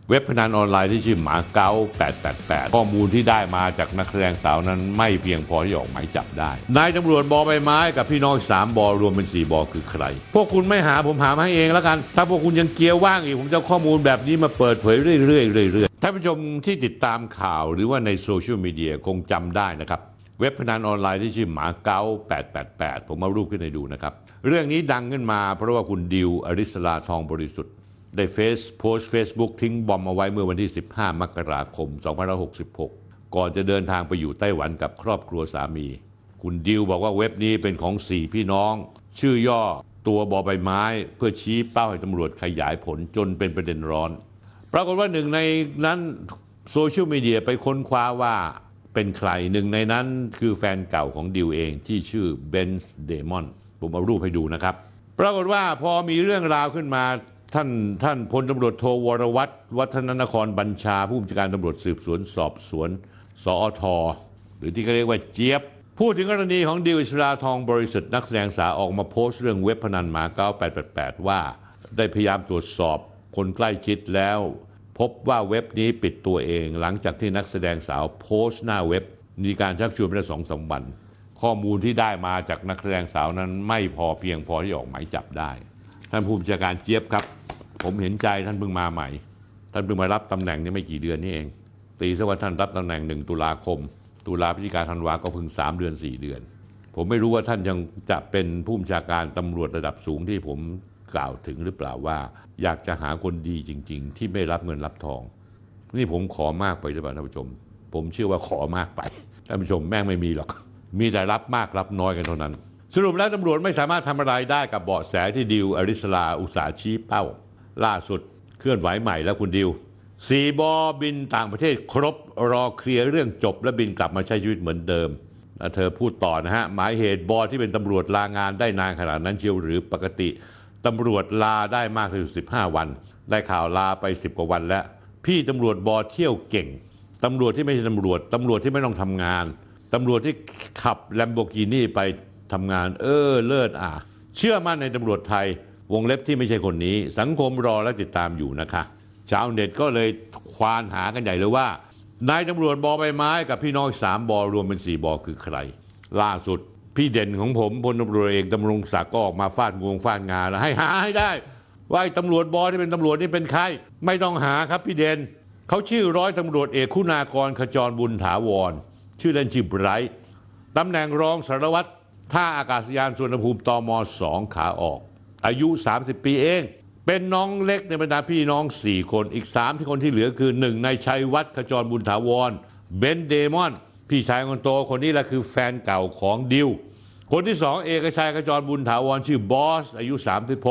เว็บพนันออนไลน์ที่ชื่อหมาเก๊า888ข้อมูลที่ได้มาจากนักแสดงสาวนั้นไม่เพียงพอที่ออกหมายจับได้นายตำรวจบใบไม้กับพี่น้อง3บรวมเป็น4บคือใครพวกคุณไม่หาผมหามาให้เองแล้วกันถ้าพวกคุณยังเกียร์ว่างอีกผมจะเอาข้อมูลแบบนี้มาเปิดเผยเรื่อยๆท่านผู้ชมที่ติดตามข่าวหรือว่าในโซเชียลมีเดียคงจำได้นะครับเว็บพนันออนไลน์ที่ชื่อหมาเก๊า888ผมเอารูปขึ้นให้ดูนะครับเรื่องนี้ดังขึ้นมาเพราะว่าคุณดิวอริสราทองบริสุทธิ์ได้โพสต์ Facebook ทิ้งบอมเอาไว้เมื่อวันที่15มกราคม2566ก่อนจะเดินทางไปอยู่ไต้หวันกับครอบครัวสามีคุณดิวบอกว่าเว็บนี้เป็นของ4พี่น้องชื่อย่อตัวบอใบไม้เพื่อชี้เป้าให้ตำรวจขยายผลจนเป็นประเด็นร้อนปรากฏว่าหนึ่งในนั้นโซเชียลมีเดียไปค้นคว้าว่าเป็นใครหนึ่งในนั้นคือแฟนเก่าของดิวเองที่ชื่อเบนซ์เดมอนผมเอารูปให้ดูนะครับปรากฏว่าพอมีเรื่องราวขึ้นมาท่านพลตำรวจโทวรวัฒน์วัฒนนครบัญชาผู้บัญชาการตำรวจสืบสวนสอบสวนสอทหรือที่เขาเรียกว่าเจี๊ยบพูดถึงกรณีของดิวอิสราทองบริสุทธิ์นักแสดงสาวออกมาโพสต์เรื่องเว็บพนันหมาเก๊า888ว่าได้พยายามตรวจสอบคนใกล้ชิดแล้วพบว่าเว็บนี้ปิดตัวเองหลังจากที่นักแสดงสาวโพสต์หน้าเว็บมีการชักชวนไปได้2-3 วันข้อมูลที่ได้มาจากนักแสดงสาวนั้นไม่พอเพียงพอที่ออกหมายจับได้ท่านผู้บัญชาการเจี๊ยบครับผมเห็นใจท่านเพิ่งมาใหม่ท่านเพิ่งมารับตำแหน่งนี้ไม่กี่เดือนนี่เองตีซะว่าท่านรับตำแหน่ง1 ตุลาคมตุลาพฤศจิกาธันวาก็เพิ่ง3 เดือน 4 เดือนผมไม่รู้ว่าท่านยังจะเป็นผู้บัญชาการตำรวจระดับสูงที่ผมกล่าวถึงหรือเปล่าว่าอยากจะหาคนดีจริงๆที่ไม่รับเงินรับทองนี่ผมขอมากไปหรือเปล่าท่านผู้ชมผมเชื่อว่าขอมากไปท่านผู้ชมแม่งไม่มีหรอกมีแต่รับมากรับน้อยกันเท่านั้นสรุปแล้วตำรวจไม่สามารถทำอะไรได้กับเบาะแสที่ดิวอริสราอุตสาห์ชี้เป้าล่าสุดเคลื่อนไหวใหม่แล้วคุณดิว4 บบินต่างประเทศครบรอเคลียร์เรื่องจบและบินกลับมาใช้ชีวิตเหมือนเดิมเธอพูดต่อนะฮะหมายเหตุที่เป็นตำรวจลางานได้นานขนาดนั้นเชียวหรือปกติตำรวจลาได้มากที่สุด15 วันได้ข่าวลาไป10 กว่าวันแล้วพี่ตำรวจเที่ยวเก่งตำรวจที่ไม่ใช่ตำรวจที่ไม่ต้องทำงานตำรวจที่ขับแลมโบกินี่ไปทำงานเลิศเชื่อมั่นในตำรวจไทยวงเล็บที่ไม่ใช่คนนี้สังคมรอและติดตามอยู่นะคะชาวเน็ตก็เลยควานหากันใหญ่เลยว่านายตำรวจบใบไม้กับพี่น้อง3 บรวมเป็น4 บคือใครล่าสุดพี่เด่นของผมพลตำรวจเอกดำรงศักดิ์ก็ออกมาฟาดงาแล้วให้หาให้ได้ว่าตำรวจที่เป็นตำรวจนี่เป็นใครไม่ต้องหาครับพี่เด่นเขาชื่อร้อยตำรวจเอกคุณากรขจรบุญถาวรชื่อเล่นชื่อไบรท์ตำแหน่งรองสารวัตรท่าอากาศยานสุวรรณภูมิตม2ขาออกอายุ30 ปีเองเป็นน้องเล็กในบรรดาพี่น้อง4 คนอีก3 คนที่เหลือคือ1นายชัยวัฒน์ขจรบุญถาวรเบนเดมอนพี่ชายคนโตคนนี้แหละคือแฟนเก่าของดิวคนที่2เอกชัยขจรบุญถาวรชื่อบอสอายุ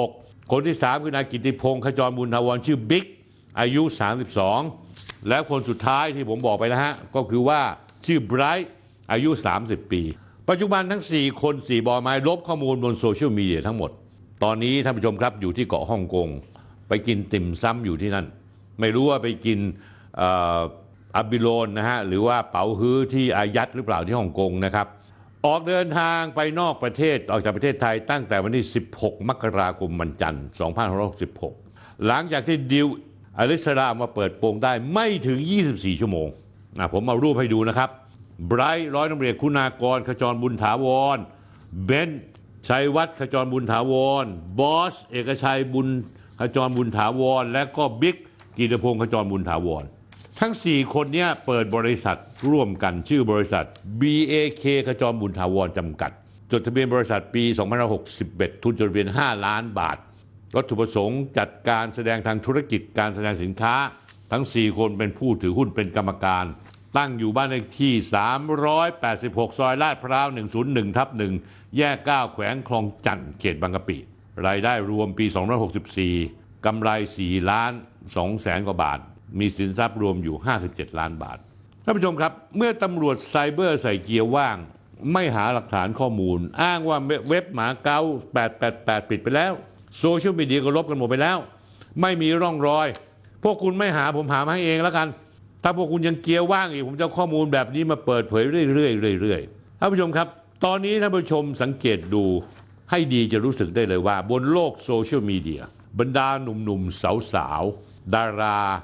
36คนที่3คือนายกิติพงษ์ขจรบุญถาวรชื่อบิ๊กอายุ32และคนสุดท้ายที่ผมบอกไปนะฮะก็คือว่าชื่อไบรท์อายุ30 ปีปัจจุบันทั้ง4 คน4 บไม้ลบข้อมูลบนโซเชียลมีเดียทั้งหมดตอนนี้ท่านผู้ชมครับอยู่ที่เกาะฮ่องกงไปกินติ่มซ้ำอยู่ที่นั่นไม่รู้ว่าไปกินอับบิโลนนะฮะหรือว่าเป๋าฮื้อที่อายัดหรือเปล่าที่ฮ่องกงนะครับออกเดินทางไปนอกประเทศออกจากประเทศไทยตั้งแต่วันที่16 มกราคมวันจันทร์2566หลังจากที่ดิวอริสรามาเปิดโปงได้ไม่ถึง24 ชั่วโมงผมเอารูปให้ดูนะครับไบรท์ร้อยตำรวจคุณากรขจรบุญถาวรเบนชัยวัฒน์ขจรบุญถาวรบอสเอกชัยขจรบุญถาวรและก็บิ๊กกิติพงษ์ขจรบุญถาวรทั้ง4 คนนี้เปิดบริษัทร่วมกันชื่อบริษัท BAK ขจรบุญถาวรจำกัดจดทะเบียนบริษัทปี2561ทุนจดทะเบียน5 ล้านบาทวัตถุประสงค์จัดการแสดงทางธุรกิจการแสดงสินค้าทั้ง4 คนเป็นผู้ถือหุ้นเป็นกรรมการตั้งอยู่บ้านเลขที่386ซอยลาดพร้าว101/1แยก9แขวงคลองจันทน์เขตบางกะปิรายได้รวมปี2564กำไร4,200,000 กว่าบาทมีสินทรัพย์รวมอยู่57 ล้านบาทท่านผู้ชมครับเมื่อตำรวจไซเบอร์ใส่เกียร์ว่างไม่หาหลักฐานข้อมูลอ้างว่าเว็บหมาเก๊า888ปิดไปแล้วโซเชียลมีเดียก็ลบกันหมดไปแล้วไม่มีร่องรอยพวกคุณไม่หาผมหามาให้เองแล้วกันถ้าพวกคุณยังเกียร์ว่างอีกผมจะเอาข้อมูลแบบนี้มาเปิดเผยเรื่อยๆท่านผู้ชมครับตอนนี้ท่านผู้ชมสังเกตดูให้ดีจะรู้สึกได้เลยว่าบนโลกโซเชียลมีเดียบรรดาหนุ่มๆสาวๆดารา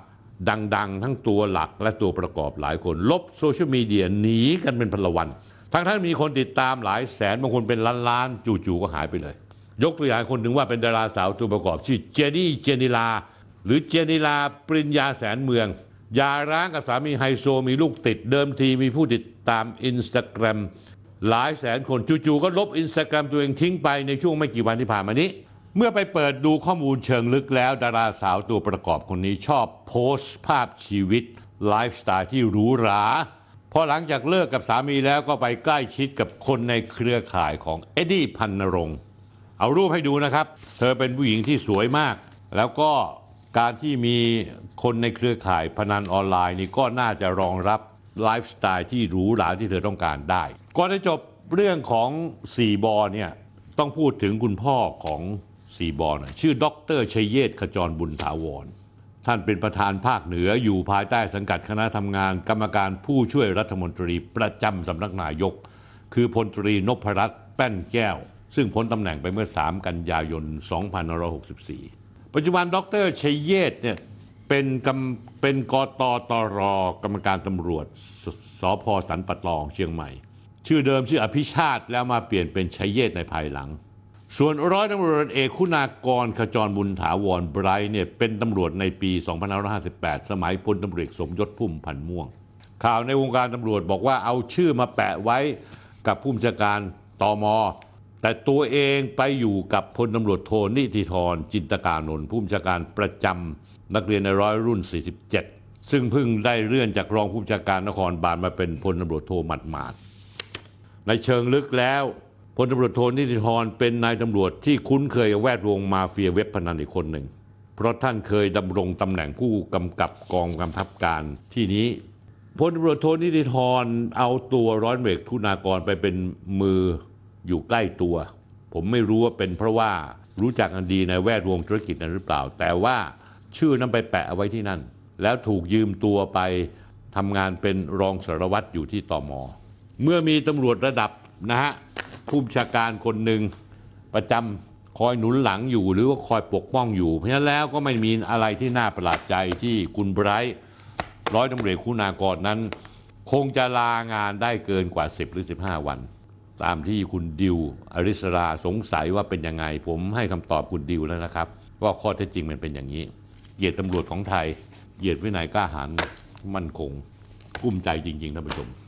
ดังๆทั้งตัวหลักและตัวประกอบหลายคนลบโซเชียลมีเดียหนีกันเป็นพลวันทั้งมีคนติดตามหลายแสนบางคนเป็นล้านๆจู่ๆก็หายไปเลยยกตัวอย่างคนหนึ่งว่าเป็นดาราสาวตัวประกอบชื่อเจนิลาหรือเจนิลาปริญญาแสนเมืองหย่าร้างกับสามีไฮโซมีลูกติดเดิมทีมีผู้ติดตาม Instagram หลายแสนคนจู่ๆก็ลบ Instagram ตัวเองทิ้งไปในช่วงไม่กี่วันที่ผ่านมานี้เมื่อไปเปิดดูข้อมูลเชิงลึกแล้วดาราสาวตัวประกอบคนนี้ชอบโพสต์ภาพชีวิตไลฟ์สไตล์ที่หรูหราพอหลังจากเลิกกับสามีแล้วก็ไปใกล้ชิดกับคนในเครือข่ายของเอ็ดดี้พันนรงค์เอารูปให้ดูนะครับเธอเป็นผู้หญิงที่สวยมากแล้วก็การที่มีคนในเครือข่ายพนันออนไลน์นี่ก็น่าจะรองรับไลฟ์สไตล์ที่หรูหราที่เธอต้องการได้ก่อนจะจบเรื่องของ4บอเนี่ยต้องพูดถึงคุณพ่อของ4บอนะชื่อดร.ชัยเยศขจรบุญถาวรท่านเป็นประธานภาคเหนืออยู่ภายใต้สังกัดคณะทำงานกรรมการผู้ช่วยรัฐมนตรีประจำสำนักนายกคือพลตรีนพรัตน์แป้นแก้วซึ่งพ้นตำแหน่งไปเมื่อ3 กันยายน 2564ปัจจุบันดร.ชัยเยศเนี่ยเป็นกตตรกรรมการตำรวจสพสันป่าตองเชียงใหม่ชื่อเดิมชื่ออภิชาติแล้วมาเปลี่ยนเป็นชัยเยศในภายหลังส่วนร้อยตำรวจเอกคุณากรขจรบุญถาวรไบรท์เนี่ยเป็นตำรวจในปี 2558 สมัยพลตำรวจสมยศพุ่มพันธ์ม่วงข่าวในวงการตำรวจบอกว่าเอาชื่อมาแปะไว้กับผู้บัญชาการตม.แต่ตัวเองไปอยู่กับพลตำรวจโทนิติธรจินตกานนท์ผู้บัญชาการประจำนักเรียนในร้อยรุ่น 47 ซึ่งเพิ่งได้เลื่อนจากรองผู้บัญชาการนครบาลมาเป็นพลตำรวจโทหมาดๆในเชิงลึกแล้วพลตำรวจโทนิติธรเป็นนายตำรวจที่คุ้นเคยกับแวดวงมาเฟียเว็บพนันอีกคนหนึ่งเพราะท่านเคยดำรงตำแหน่งผู้กำกับกองกำกับการที่นี้พลตำรวจโทนิติธรเอาตัวร้อยเอกคุณากรไปเป็นมืออยู่ใกล้ตัวผมไม่รู้ว่าเป็นเพราะว่ารู้จักกันดีในแวดวงธุรกิจนั้นหรือเปล่าแต่ว่าชื่อนั้นไปแปะเอาไว้ที่นั่นแล้วถูกยืมตัวไปทำงานเป็นรองสารวัตรอยู่ที่ตม.เมื่อมีตำรวจระดับนะฮะผู้บัญชาการคนหนึ่งประจำคอยหนุนหลังอยู่หรือว่าคอยปกป้องอยู่เพราะฉะนั้นแล้วก็ไม่มีอะไรที่น่าประหลาดใจที่คุณไบรท์ร้อยตำรวจคุณากรนั้นคงจะลางานได้เกินกว่า10 หรือ 15 วันตามที่คุณดิวอริสราสงสัยว่าเป็นยังไงผมให้คำตอบคุณดิวแล้วนะครับว่าข้อเท็จจริงมันเป็นอย่างนี้เหยียดตำรวจของไทยเหยียดวินัยกล้าหาญมั่นคงกุ้มใจจริงๆท่านผู้ชม